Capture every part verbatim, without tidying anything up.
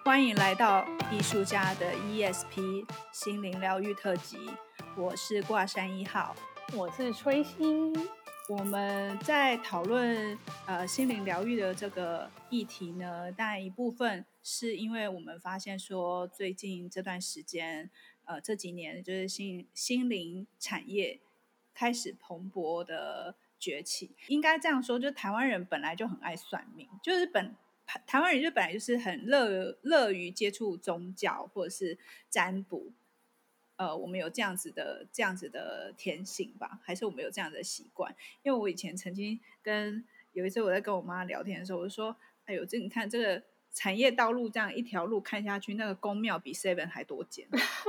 欢迎来到艺术家的 E S P 心灵疗愈特辑，我是挂山一号， 我是吹心。 我们在讨论呃心灵疗愈的这个议题呢，当然一部分是因为我们发现说最近这段时间呃这几年就是心心灵产业开始蓬勃的崛起，应该这样说，就是台湾人本来就很爱算命，就是本台湾人就本来就是很乐乐于接触宗教或者是占卜。呃，我们有这样子的这样子的天性吧，还是我们有这样的习惯？因为我以前曾经跟有一次我在跟我妈聊天的时候，我就说：“哎呦，这你看这个产业道路这样一条路看下去，那个宫庙比 Seven 还多间。”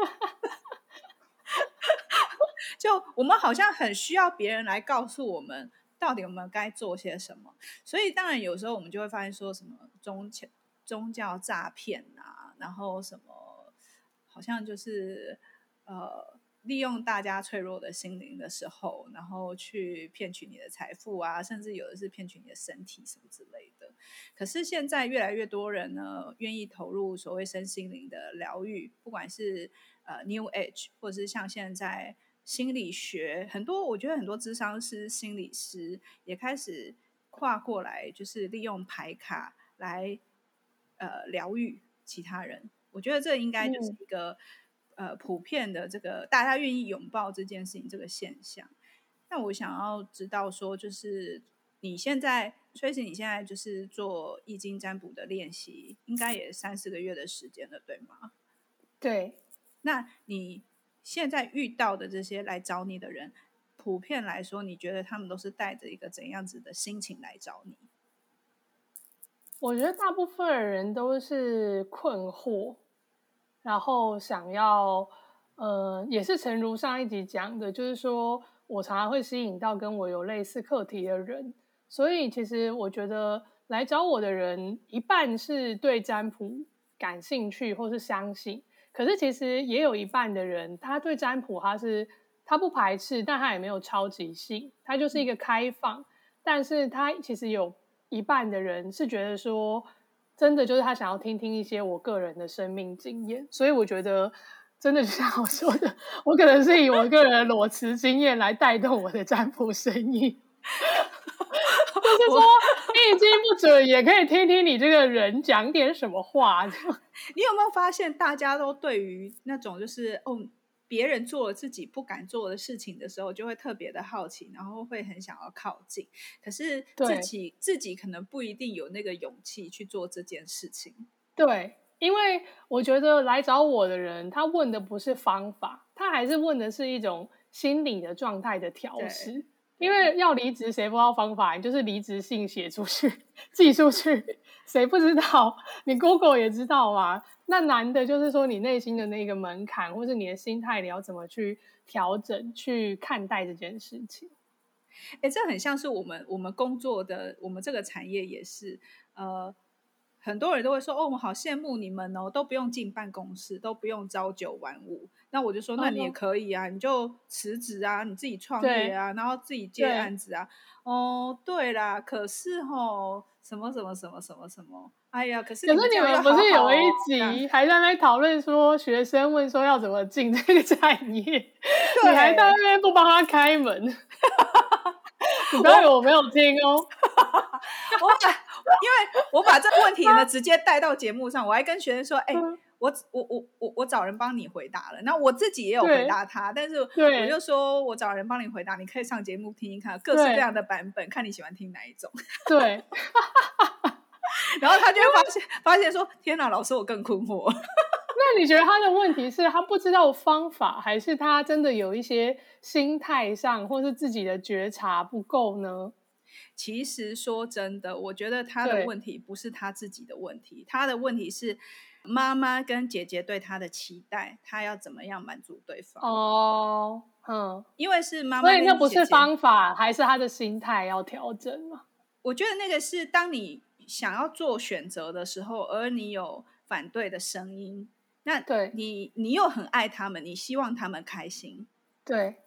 就我们好像很需要别人来告诉我们，到底我们该做些什么。所以当然有时候我们就会发现说什么宗教宗教诈骗啊，然后什么好像就是呃利用大家脆弱的心灵的时候，然后去骗取你的财富啊，甚至有的是骗取你的身体什么之类的。可是现在越来越多人呢，愿意投入所谓身心灵的疗愈，不管是呃 New Age， 或者是像现在心理学，很多我觉得很多諮商师、心理师也开始跨过来，就是利用牌卡来呃疗愈其他人。我觉得这应该就是一个、嗯、呃普遍的这个大家愿意拥抱这件事情这个现象。那我想要知道说，就是你现在Tracy你现在就是做易经占卜的练习，应该也三四个月的时间了，对吗？ 对。 那你现在遇到的这些来找你的人，普遍来说，你觉得他们都是带着一个怎样子的心情来找你？ 我觉得大部分的人都是困惑，然后想要呃，也是诚如上一集讲的，就是说我常常会吸引到跟我有类似课题的人，所以其实我觉得来找我的人一半是对占卜感兴趣或是相信，可是其实也有一半的人他对占卜他是他不排斥，但他也没有超级性，他就是一个开放、嗯、但是他其实有一半的人是觉得说真的就是他想要听听一些我个人的生命经验，所以我觉得真的就像我说的，我可能是以我个人的裸辞经验来带动我的占卜生意。就是说易经不准也可以听听你这个人讲点什么话。 你有没有发现大家都对于那种就是哦别人做了自己不敢做的事情的时候就会特别的好奇，然后会很想要靠近，可是自己自己可能不一定有那个勇气去做这件事情。 对，因为我觉得来找我的人他问的不是方法，他还是问的是一种心理的状态的调试。因为要离职谁不知道方法，你就是离职信写出去寄出去，谁不知道？你 Google 也知道嘛。那难的就是说你内心的那个门槛，或是你的心态你要怎么去调整去看待这件事情。 欸，这很像是我们我们工作的我们这个产业也是呃很多人都会说哦我好羡慕你们哦，都不用进办公室，都不用朝九晚五。那我就说那你也可以啊、哦、你就辞职啊，你自己创业啊，然后自己接案子啊。哦对啦，可是齁什么什么什么什么什么，哎呀可是你们这样又好好、哦、 可是你们不是有一集还在那边讨论说学生问说要怎么进这个产业，你还在那边不帮他开门。你不要以为我没有听哦。 我把因为我把这个问题呢直接带到节目上，我还跟学生说哎、欸嗯我我我我我找人帮你回答了，那我自己也有回答他，但是我就说我找人帮你回答，你可以上节目听听看，各式各样的版本，看你喜欢听哪一种。 对。 然后他就会发现发现说天哪，老师我更困惑。 那你觉得他的问题是他不知道方法，还是他真的有一些心态上或是自己的觉察不够呢？ 其实说真的，我觉得他的问题不是他自己的问题，他的问题是妈妈跟姐姐对他的期待，他要怎么样满足对方。 哦，嗯， 因为是妈妈跟姐姐， 所以那不是方法，还是他的心态要调整嘛？ 我觉得那个是当你想要做选择的时候，而你有反对的声音，那你你又很爱他们，你希望他们开心， 对，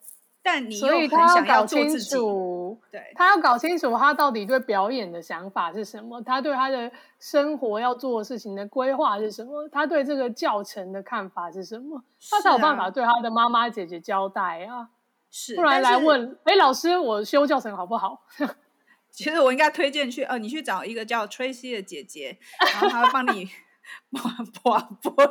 但你所以又很他要搞想要做清自己。 楚， 对， 他要搞清楚他到底对表演的想法是什么，他对他的生活要做的事情的规划是什么，他对这个教程的看法是什么，他才有办法对他的妈妈姐姐交代啊。 是， 不然来但是问，哎，老师，我修教程好不好？ 其实我应该推荐去，呃，你去找一个叫 Tracy 的姐姐，然后她会帮你卜卜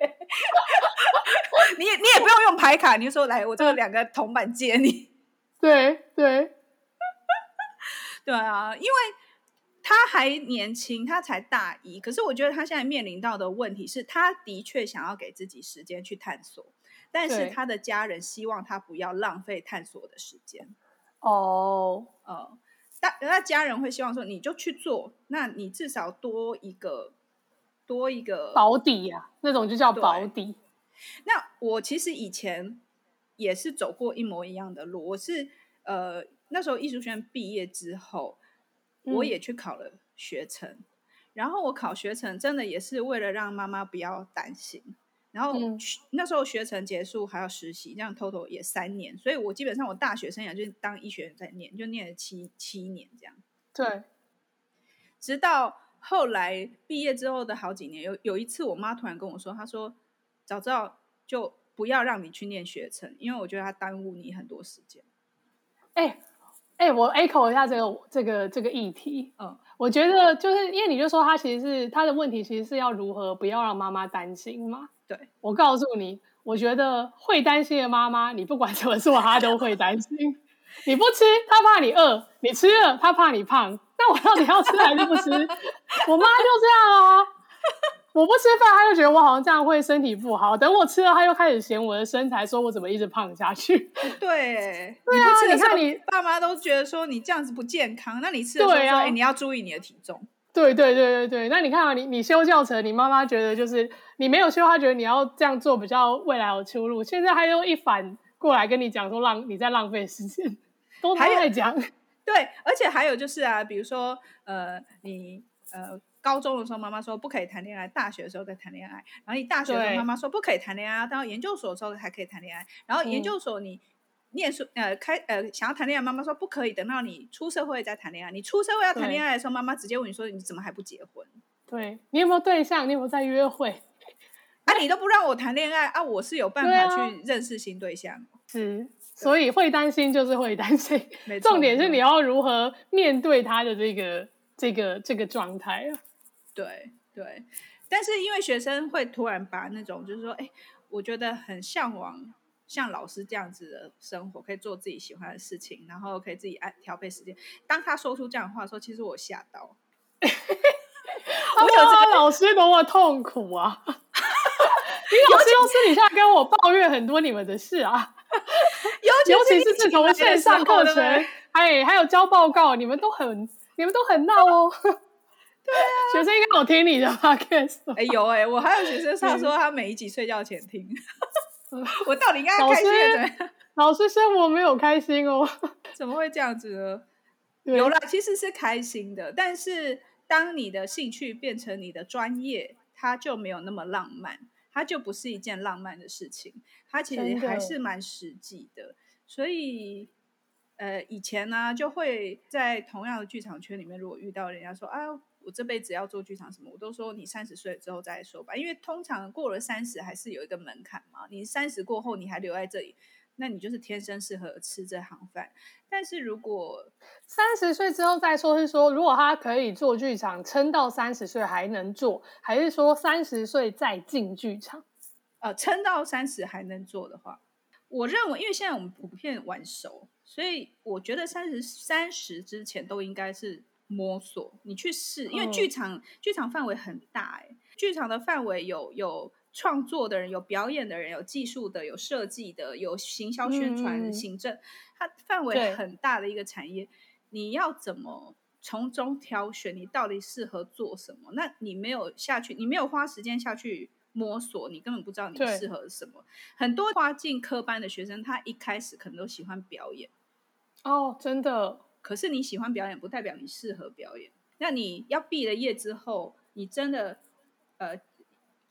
你也你也不用用牌卡，你就说来，我这个两个铜板借你。 对对对啊，因为他还年轻，他才大一，可是我觉得他现在面临到的问题是，他的确想要给自己时间去探索，但是他的家人希望他不要浪费探索的时间。 哦， 呃，但那家人会希望说，你就去做，那你至少多一个多一个保底啊，那种就叫保底。 那我其实以前也是走过一模一样的路，我是呃那时候艺术学院毕业之后，我也去考了学程，嗯、然后我考学程真的也是为了让妈妈不要担心。然后、嗯、那时候学程结束还要实习，这样 total 也三年，所以我基本上我大学生涯就是当医学院在念，就念了七七年这样。 对， 直到后来毕业之后的好几年，有有一次我妈突然跟我说，她说早知道就不要让你去念学程，因为我觉得它耽误你很多时间。 哎、欸、哎、欸，我 echo 一下这个这个这个议题。 嗯， 我觉得就是因为你就说他其实是他的问题，其实是要如何不要让妈妈担心嘛。 对， 我告诉你，我觉得会担心的妈妈，你不管怎么做，她都会担心。你不吃，她怕你饿；你吃了，她怕你胖。那我到底要吃还是不吃？我妈就这样啊。我不吃饭，他就觉得我好像这样会身体不好。等我吃了，他又开始嫌我的身材，说我怎么一直胖下去。 对， 对啊， 你不吃的时候， 你看你爸妈都觉得说你这样子不健康，那你吃的时候说，哎、啊欸，你要注意你的体重。 对对对对对，那你看啊，你你修教程，你妈妈觉得就是你没有修，她觉得你要这样做比较未来有出路。现在她又一反过来跟你讲说浪你在浪费时间，都她在讲。 对，而且还有就是啊，比如说呃，你呃。高中的时候，妈妈说不可以谈恋爱；大学的时候再谈恋爱。然后你大学的时候，妈妈说不可以谈恋爱，到研究所的时候才可以谈恋爱。然后研究所你念书、嗯、呃开呃想要谈恋爱，妈妈说不可以，等到你出社会再谈恋爱。你出社会要谈恋爱的时候，妈妈直接问你说你怎么还不结婚？ 对，你有没有对象？你有没有在约会？ 啊，你都不让我谈恋爱啊！我是有办法去认识新对象。 啊、是，所以会担心就是会担心，重点是你要如何面对他的这个这个这个状态啊。 对对，但是因为学生会突然把那种就是说，哎，我觉得很向往像老师这样子的生活，可以做自己喜欢的事情，然后可以自己按调配时间。当他说出这样的话的时候，其实我吓到。 我觉得老师多么痛苦啊！你老师又私底下跟我抱怨很多你们的事啊，尤其是自从线上课程，哎，还有交报告，你们都很你们都很闹哦。对啊，学生应该有听你的 podcast。 哎、欸，有哎、欸，我还有学生他说他每一集睡觉前听，我到底应该开心的怎么样？ 老师生活没有开心哦， 怎么会这样子呢？有啦，其实是开心的，但是当你的兴趣变成你的专业，它就没有那么浪漫，它就不是一件浪漫的事情，它其实还是蛮实际的。所以，呃，以前呢、啊，就会在同样的剧场圈里面，如果遇到人家说啊，我这辈子要做剧场什么，我都说你三十岁之后再说吧，因为通常过了三十还是有一个门槛嘛。你三十过后你还留在这里，那你就是天生适合吃这行饭。但是如果三十岁之后再说，是说如果他可以做剧场，撑到三十岁还能做，还是说三十岁再进剧场？ 呃，撑到三十还能做的话，我认为，因为现在我们普遍晚熟，所以我觉得三十三十之前都应该是摸索，你去试，因为剧场、嗯、剧场范围很大、欸，剧场的范围有有创作的人，有表演的人，有技术的，有设计的，有行销宣传、嗯、行政，它范围很大的一个产业，你要怎么从中挑选？你到底适合做什么？那你没有下去，你没有花时间下去摸索，你根本不知道你适合什么。很多跨进科班的学生，他一开始可能都喜欢表演。 哦，真的。 可是你喜欢表演，不代表你适合表演。那你要毕了业之后，你真的呃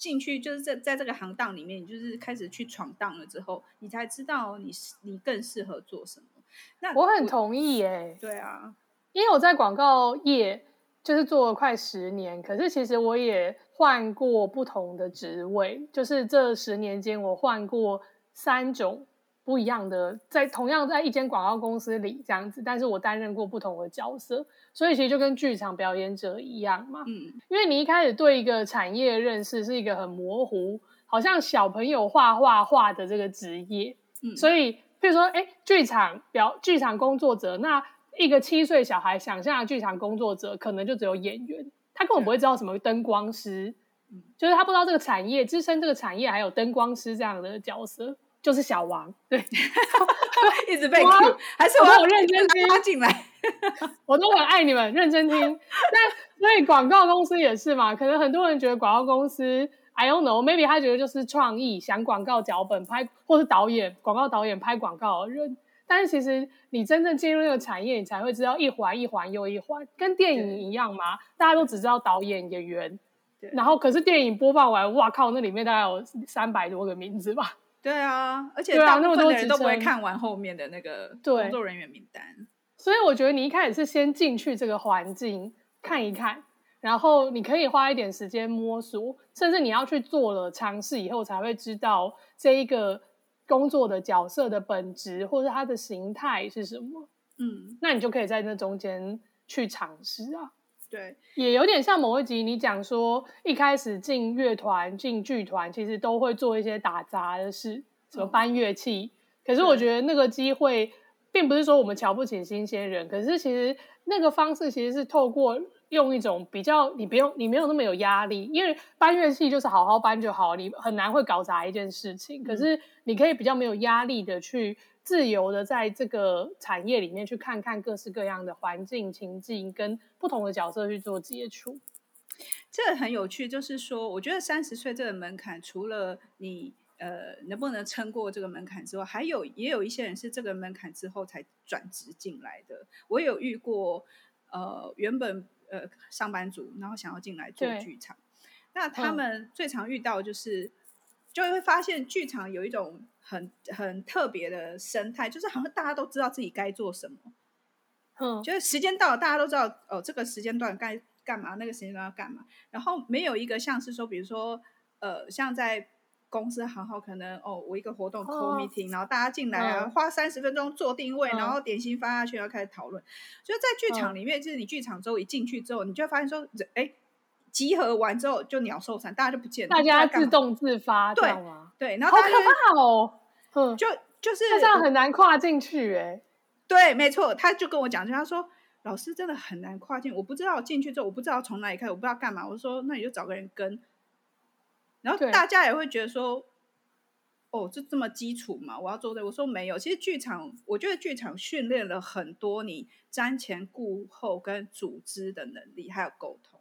进去就是在在这个行当里面，你就是开始去闯荡了之后，你才知道你你更适合做什么。那我很同意耶、欸。 对啊， 因为我在广告业就是做了快十年，可是其实我也换过不同的职位，就是这十年间我换过三种不一样的，在同样在一间广告公司里这样子，但是我担任过不同的角色，所以其实就跟剧场表演者一样嘛。 嗯， 因为你一开始对一个产业认识是一个很模糊，好像小朋友画画画的这个职业， 嗯， 所以比如说，哎，剧场表剧场工作者，那一个七岁小孩想象的剧场工作者，可能就只有演员，他根本不会知道什么灯光师，就是他不知道这个产业支撑这个产业还有灯光师这样的角色，就是小王，对， 一直被 Q， 还是我要认真听拉进来， 我都很爱你们，认真听。那所以广告公司也是嘛，可能很多人觉得广告公司 I don't know maybe 他觉得就是创意想广告脚本拍，或是导演广告导演拍广告的人。但是其实你真正进入那个产业，你才会知道一环一环又一环，跟电影一样嘛。大家都只知道导演演员，然后可是电影播放完，哇靠，那里面大概有三百多个名字吧。 对啊，而且大部分的人都不会看完后面的那个工作人员名单。 所以我觉得你一开始是先进去这个环境看一看，然后你可以花一点时间摸索，甚至你要去做了尝试以后才会知道这一个工作的角色的本质或者它的形态是什么。嗯，那你就可以在那中间去尝试啊。 对， 也有点像某一集你讲说一开始进乐团进剧团其实都会做一些打杂的事，什么搬乐器、嗯、可是我觉得那个机会并不是说我们瞧不起新鲜人，可是其实那个方式其实是透过用一种比较你不用你没有那么有压力，因为搬乐器就是好好搬就好，你很难会搞砸一件事情、嗯、可是你可以比较没有压力的去自由的在这个产业里面去看看各式各样的环境情境跟不同的角色去做接触。 这个很有趣，就是说我觉得三十岁这个门槛除了你呃，能不能撑过这个门槛之外，还有也有一些人是这个门槛之后才转职进来的。我有遇过，呃，原本呃上班族，然后想要进来做剧场，那他们最常遇到就是，嗯、就会发现剧场有一种很很特别的生态，就是好像大家都知道自己该做什么，嗯，就是时间到了，大家都知道哦，这个时间段该干嘛，那个时间段要干嘛，然后没有一个像是说，比如说呃，像在公司行号可能哦，我一个活动 call meeting，、哦、然后大家进来啊，嗯、花三十分钟做定位，嗯、然后点心发下去，然后开始讨论。就在剧场里面，嗯、就是你剧场周一进去之后，你就会发现说，哎，集合完之后就鸟兽散，大家就不见了， 大家自动自发， 对吗？ 对，然后大家好可怕哦，嗯， 就就是这样很难跨进去哎。 对，没错，他就跟我讲，他说老师真的很难跨进，我不知道进去之后，我不知道从哪里开始，我不知道干嘛。我说那你就找个人跟。然后大家也会觉得说，哦，这这么基础嘛，我要做这个。我说没有，其实剧场，我觉得剧场训练了很多你瞻前顾后跟组织的能力，还有沟通。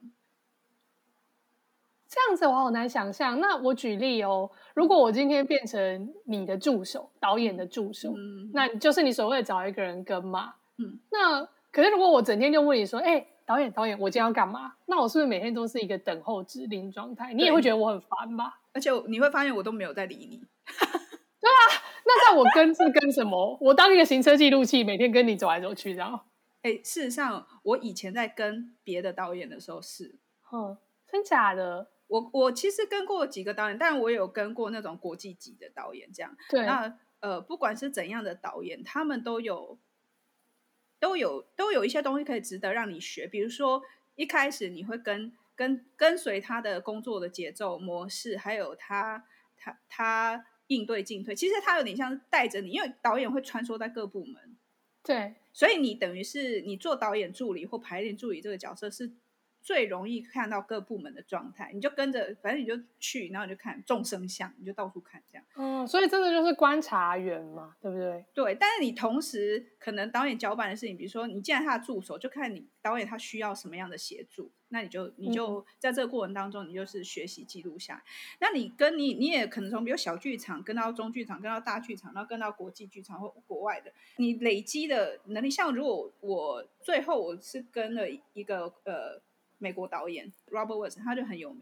这样子我好难想象。那我举例哦，如果我今天变成你的助手，导演的助手，嗯、那就是你所谓的找一个人跟嘛。嗯，那可是如果我整天就问你说，哎、欸。导演，导演，我今天要干嘛？那我是不是每天都是一个等候指令状态？你也会觉得我很烦吧？ 而且你会发现我都没有在理你。 对啊，那在我跟是跟什么？我当一个行车记录器，每天跟你走来走去，这样。 哎，事实上，我以前在跟别的导演的时候是， 嗯，真假的？ 我我其实跟过几个导演，但我有跟过那种国际级的导演，这样。 对。 那呃，不管是怎样的导演，他们都有。都有都有一些东西可以值得让你学，比如说一开始你会跟跟跟随他的工作的节奏模式，还有他他他应对进退，其实他有点像是带着你，因为导演会穿梭在各部门， 对， 所以你等于是你做导演助理或排练助理这个角色是最容易看到各部门的状态，你就跟着，反正你就去，然后你就看众生相，你就到处看这样。 嗯，所以真的就是观察员嘛，对不对？ 对，但是你同时可能导演交办的事情，比如说你既然他的助手，就看你导演他需要什么样的协助，那你就你就在这个过程当中，你就是学习记录下来。嗯、那你跟你你也可能从比如小剧场跟到中剧场，跟到大剧场，然后跟到国际剧场或国外的，你累积的能力。像如果我最后我是跟了一个呃。美国导演 Robert West， 他就很有名。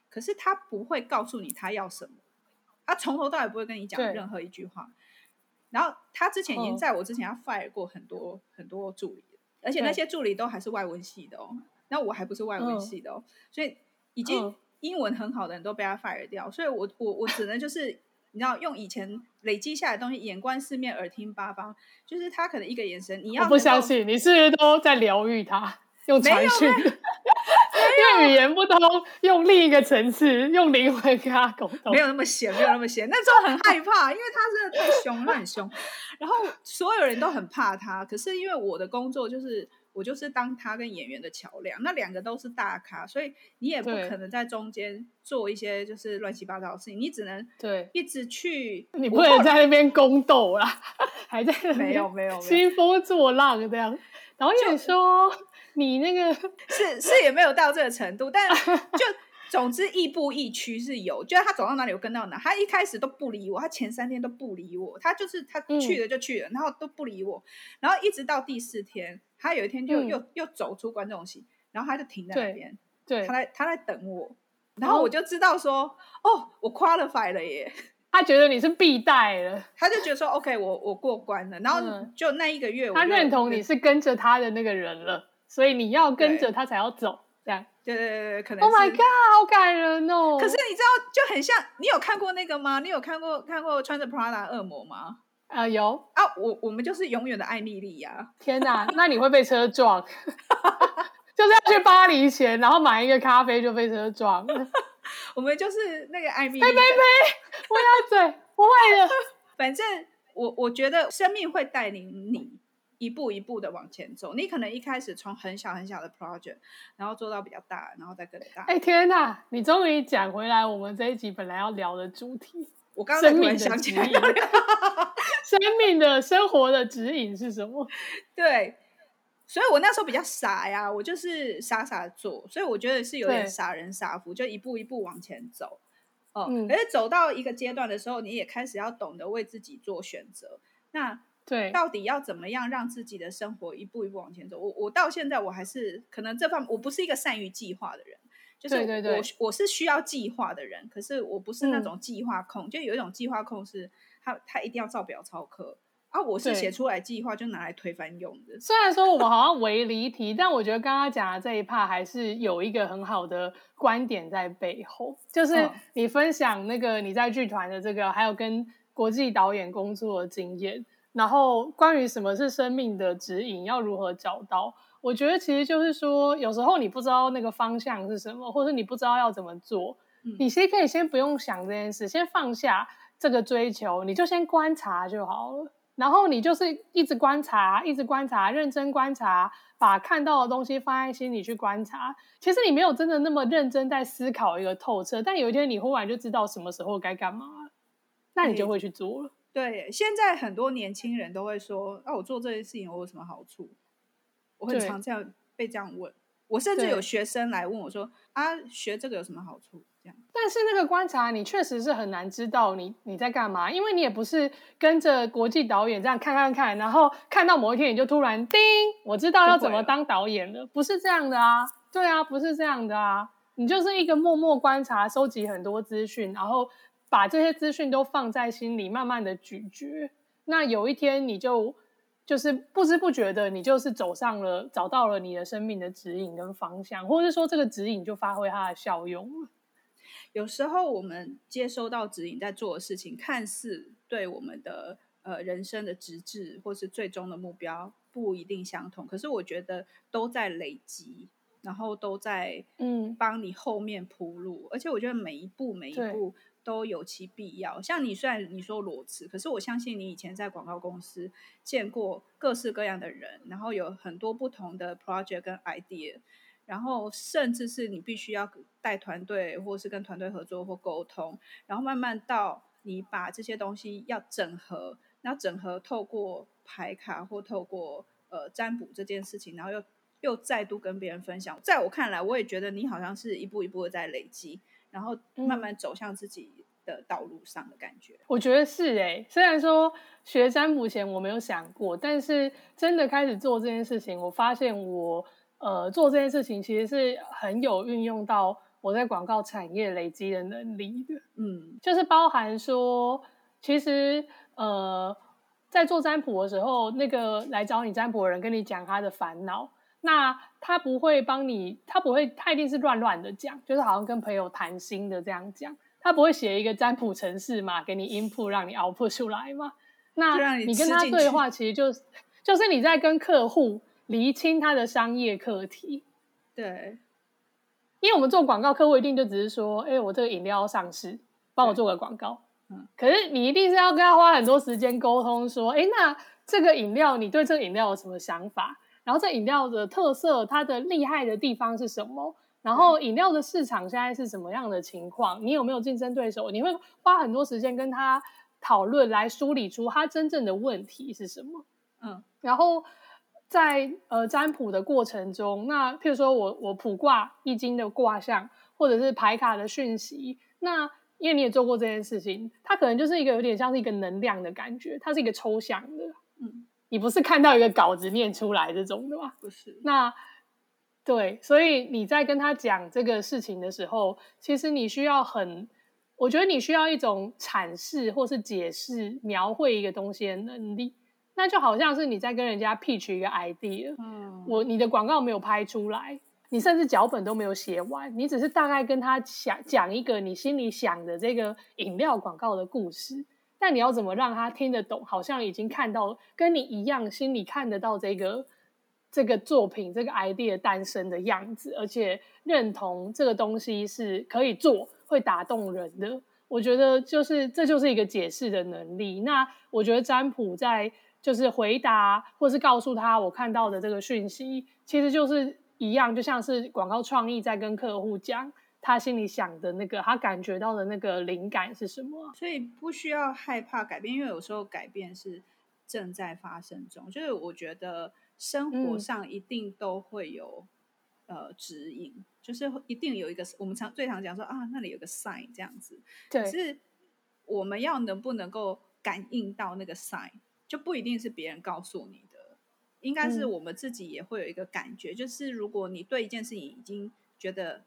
可是他不会告诉你他要什么，他从头到尾不会跟你讲任何一句话。然后他之前已经在我之前要 fire 过很多、嗯、很多助理，而且那些助理都还是外文系的哦，那我还不是外文系的哦，嗯、所以已经英文很好的人都被他 fire 掉，所以我我我只能就是你知道用以前累积下来的东西，眼观四面，耳听八方，就是他可能一个眼神，你要我不相信你是不是都在疗愈他，用传讯，因为语言不通，用另一个层次，用灵魂跟他沟通， 没有那么闲，没有那么闲。那时候很害怕，因为他真的太凶，他很凶，然后所有人都很怕他。可是因为我的工作就是我就是当他跟演员的桥梁，那两个都是大咖，所以你也不可能在中间做一些就是乱七八糟的事情，你只能对一直去， 你不能在那边宫斗啦，还在那边没有没有兴风作浪这样。导演说你那个是是也没有到这个程度，但就总之亦步亦趋是有，就是他走到哪里我跟到哪。他一开始都不理我，他前三天都不理我，他就是他去了就去了，嗯、然后都不理我，然后一直到第四天，他有一天就、嗯、又又走出观众席，然后他就停在那边， 对， 他在他在等我，然后我就知道说，哦，哦我 qualify 了耶。 他觉得你是必带了， 他就觉得说 OK 我我过关了，然后就那一个月我他认同你是跟着他的那个人了，所以你要跟着他才要走，这样。 对对对，可能是 Oh my god 好感人哦。 可是你知道就很像，你有看过那个吗？你有看过看过穿着 Prada 恶魔吗？ 啊、呃、有啊，我我们就是永远的艾米丽呀。 天哪，那你会被车撞就是要去巴黎前然后买一个咖啡就被车撞我们就是那个艾米丽。 呸呸呸！我要嘴，我会的。 反正我我觉得生命会带领你一步一步的往前走。你可能一开始从很小很小的 project， 然后做到比较大，然后再更大。 哎、欸、天哪！你终于讲回来我们这一集本来要聊的主题。 我刚刚突然想起来， 生命的生活的指引是什么？ 对。所以我那时候比较傻呀，我就是傻傻做，所以我觉得是有点傻人傻福，就一步一步往前走。哦、嗯，可是走到一个阶段的时候，你也开始要懂得为自己做选择。那对，到底要怎么样让自己的生活一步一步往前走？我我到现在我还是可能这方我不是一个善于计划的人，就是我对对对我是需要计划的人，可是我不是那种计划控，嗯、就有一种计划控是他他一定要照表操课。啊，我是写出来计划就拿来推翻用的。 虽然说我们好像微离题，但我觉得刚刚讲的这一 part 还是有一个很好的观点在背后，就是你分享那个你在剧团的这个，还有跟国际导演工作的经验，然后关于什么是生命的指引，要如何找到，我觉得其实就是说，有时候你不知道那个方向是什么，或者你不知道要怎么做，嗯、你其实可以先不用想这件事，先放下这个追求，你就先观察就好了。然后你就是一直观察一直观察认真观察，把看到的东西放在心里去观察，其实你没有真的那么认真在思考一个透彻，但有一天你忽然就知道什么时候该干嘛，那你就会去做了。 对，现在很多年轻人都会说啊，我做这件事情我有什么好处？我很常这样被这样问，我甚至有学生来问我说啊，学这个有什么好处？这样。 但是那个观察你确实是很难知道你你在干嘛，因为你也不是跟着国际导演这样看看看，然后看到某一天你就突然叮，我知道要怎么当导演了，不是这样的啊。对啊，不是这样的啊，你就是一个默默观察，收集很多资讯，然后把这些资讯都放在心里，慢慢的咀嚼。那有一天你就就是不知不觉的，你就是走上了，找到了你的生命的指引跟方向，或者是说这个指引就发挥它的效用了。 有时候我们接收到指引在做的事情，看似对我们的呃人生的直至或是最终的目标不一定相同，可是我觉得都在累积，然后都在嗯帮你后面铺路，而且我觉得每一步每一步都有其必要。像你虽然你说裸辞，可是我相信你以前在广告公司见过各式各样的人，然后有很多不同的 project 跟 idea，然后甚至是你必须要带团队或是跟团队合作或沟通，然后慢慢到你把这些东西要整合，然后整合透过牌卡或透过呃占卜这件事情，然后又又再度跟别人分享。在我看来，我也觉得你好像是一步一步的在累积，然后慢慢走向自己的道路上的感觉。 嗯、我觉得是耶，虽然说学占卜前我没有想过，但是真的开始做这件事情，我发现我呃，做这件事情其实是很有运用到我在广告产业累积的能力的。 嗯， 就是包含说，其实呃，在做占卜的时候，那个来找你占卜的人跟你讲他的烦恼，那他不会帮你，他不会，他一定是乱乱的讲，就是好像跟朋友谈心的这样讲，他不会写一个占卜程式嘛，给你 input 让你 output 出来嘛。那就让你你跟吃进去。 他对话，其实就是就是你在跟客户厘清他的商业课题。 对， 因为我们做广告，客户一定就只是说，哎，我这个饮料要上市，帮我做个广告。 嗯， 可是你一定是要跟他花很多时间沟通，说，哎，那这个饮料，你对这个饮料有什么想法？然后这饮料的特色，它的厉害的地方是什么？然后饮料的市场现在是什么样的情况？你有没有竞争对手？你会花很多时间跟他讨论，来梳理出他真正的问题是什么。 嗯， 然后在呃占卜的过程中，那譬如说我我卜卦易经的卦象，或者是牌卡的讯息，那因为你也做过这件事情，它可能就是一个有点像是一个能量的感觉，它是一个抽象的， 嗯， 你不是看到一个稿子念出来这种的吧？ 不是。 那对，所以你在跟他讲这个事情的时候，其实你需要很，我觉得你需要一种阐释或是解释、描绘一个东西的能力。那就好像是你在跟人家 pitch 一个 idea， 嗯， 我你的广告没有拍出来，你甚至脚本都没有写完，你只是大概跟他想讲一个你心里想的这个饮料广告的故事，但你要怎么让他听得懂？好像已经看到跟你一样，心里看得到这个这个作品、这个 idea 诞生的样子，而且认同这个东西是可以做、会打动人的。我觉得就是这就是一个解释的能力。那我觉得占卜在就是回答或是告诉他我看到的这个讯息，其实就是一样，就像是广告创意在跟客户讲他心里想的那个，他感觉到的那个灵感是什么。 所以不需要害怕改变，因为有时候改变是正在发生中。就是我觉得生活上一定都会有、嗯、呃指引，就是一定有一个我们常最常讲说啊，那里有个 sign 这样子。 对， 可是我们要能不能够感应到那个 sign，就不一定是别人告诉你的，应该是我们自己也会有一个感觉。嗯、就是如果你对一件事情已经觉得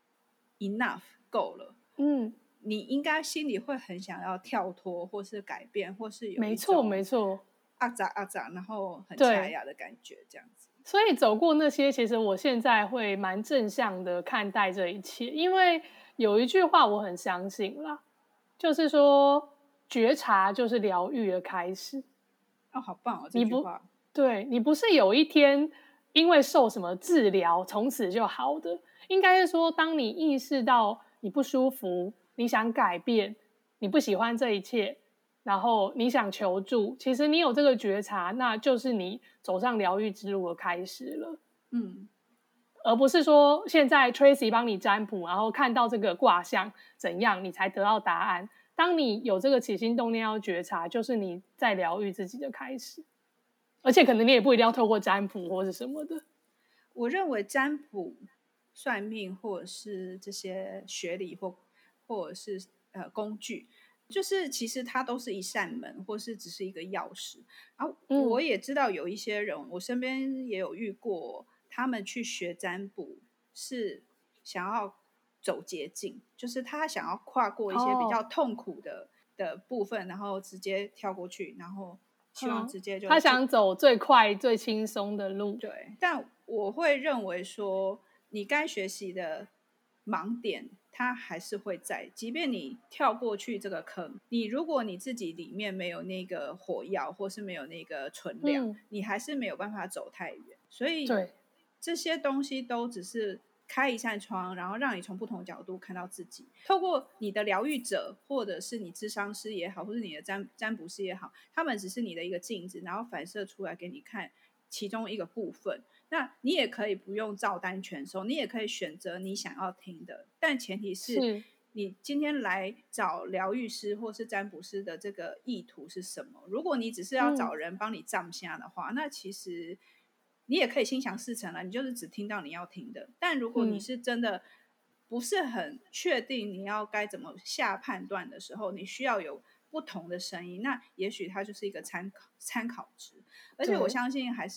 enough 够了， 嗯。 你应该心里会很想要跳脱，或是改变，或是有一没错种没错， 阿杂阿杂，然后很对恰雅的感觉，这样子。 所以走过那些，其实我现在会蛮正向的看待这一切，因为有一句话我很相信啦，就是说觉察就是疗愈的开始。 哦，好棒哦，这你不句话。 对，你不是有一天因为受什么治疗从此就好的，应该是说当你意识到你不舒服，你想改变，你不喜欢这一切，然后你想求助，其实你有这个觉察，那就是你走上疗愈之路的开始了。 嗯， 而不是说现在 Tracy 帮你占卜，然后看到这个卦象怎样，你才得到答案。当你有这个起心动念要觉察，就是你在疗愈自己的开始。而且可能你也不一定要透过占卜或是什么的。 我认为占卜、算命或者是这些学理或或者是呃工具，就是其实它都是一扇门，或是只是一个钥匙。然后我也知道有一些人，嗯、我身边也有遇过，他们去学占卜是想要走捷径，就是他想要跨过一些比较痛苦的、哦、的部分，然后直接跳过去，然后希望直接就、 嗯、他想走最快最轻松的路。 对，但我会认为说，你该学习的盲点它还是会在，即便你跳过去这个坑，你如果你自己里面没有那个火药，或是没有那个存量、嗯、你还是没有办法走太远。所以对这些东西都只是开一扇窗，然后让你从不同角度看到自己。透过你的疗愈者，或者是你諮商師也好，或是你的占占卜師也好，他们只是你的一个镜子，然后反射出来给你看其中一个部分。那你也可以不用照单全收，你也可以选择你想要听的，但前提是是你今天来找疗愈师或是占卜师的这个意图是什么。如果你只是要找人帮你占下的话、嗯、那其实你也可以心想事成了，你就是只听到你要听的。但如果你是真的不是很确定你要该怎么下判断的时候，你需要有不同的声音，那也许它就是一个参考参考值。而且我相信还是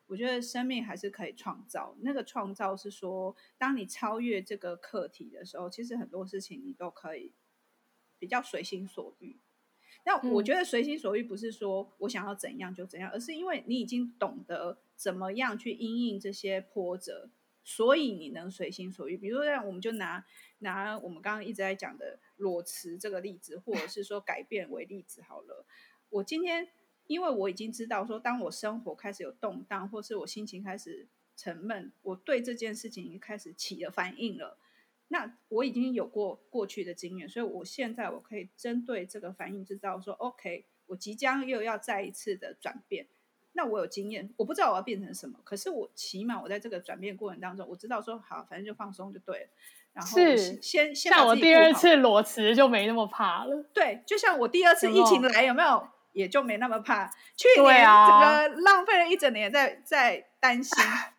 我觉得生命还是可以创造。那个创造是说，当你超越这个课题的时候，其实很多事情你都可以比较随心所欲。那我觉得随心所欲不是说我想要怎样就怎样，而是因为你已经懂得怎么样去因应这些波折，所以你能随心所欲。比如说，我们就拿拿我们刚刚一直在讲的裸辞这个例子，或者是说改变为例子好了。我今天因为我已经知道说，当我生活开始有动荡，或是我心情开始沉闷，我对这件事情已经开始起了反应了。那我已经有过过去的经验，所以我现在我可以针对这个反应知道说 OK， 我即将又要再一次的转变。那我有经验，我不知道我要变成什么，可是我起码我在这个转变过程当中，我知道说好，反正就放松就对了。然后我是先先像我第二次裸辞就没那么怕了。 对，就像我第二次疫情来，有没有也就没那么怕。去年整个浪费了一整年在在担心。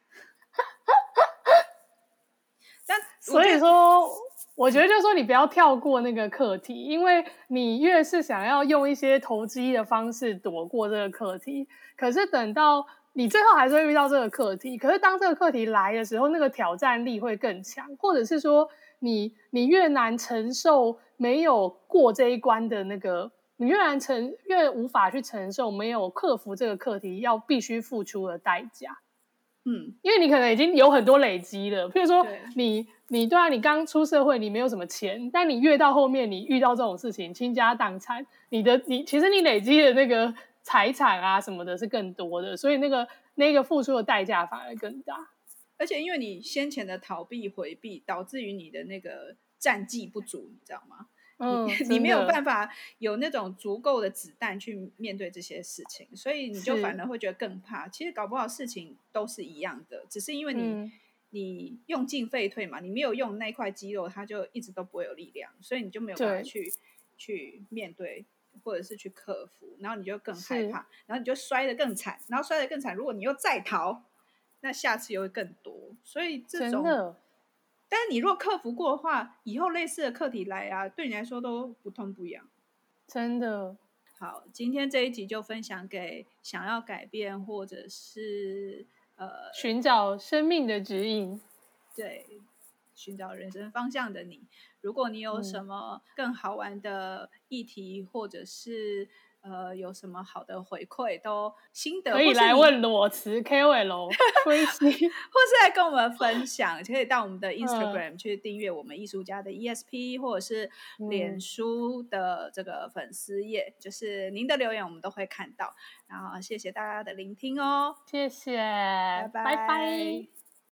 但所以说我觉得就是说你不要跳过那个课题，因为你越是想要用一些投机的方式躲过这个课题，可是等到你最后还是会遇到这个课题，可是当这个课题来的时候，那个挑战力会更强，或者是说你你越难承受没有过这一关的那个，你越难承越无法去承受没有克服这个课题要必须付出的代价。 嗯， 因为你可能已经有很多累积了，譬如说你你对啊，你刚出社会你没有什么钱，但你越到后面你遇到这种事情倾家荡产，你的你其实你累积的那个财产啊什么的是更多的，所以那个那个付出的代价反而更大。 而且因为你先前的逃避回避，导致于你的那个战绩不足，你知道吗？ 嗯， 你, 你没有办法有那种足够的子弹去面对这些事情，所以你就反而会觉得更怕。其实搞不好事情都是一样的，只是因为你、嗯、你用进废退嘛，你没有用那块肌肉，它就一直都不会有力量，所以你就没有办法去去面对或者是去克服，然后你就更害怕，然后你就摔得更惨，然后摔得更惨，如果你又再逃，那下次又会更多。所以这种真的。 但是你如果克服过的话，以后类似的课题来啊，对你来说都不痛不痒。 真的。 好，今天这一集就分享给想要改变或者是呃寻找生命的指引， 对，寻找人生方向的你。如果你有什么更好玩的议题，嗯、或者是呃有什么好的回馈，都心得可以来问裸辞 K O L 吹西，或是来跟我们分享，可以到我们的 Instagram 去订阅我们艺术家的 E S P，、嗯、或者是脸书的这个粉丝页，就是您的留言我们都会看到。然后谢谢大家的聆听哦， 谢谢， 拜拜。 拜拜。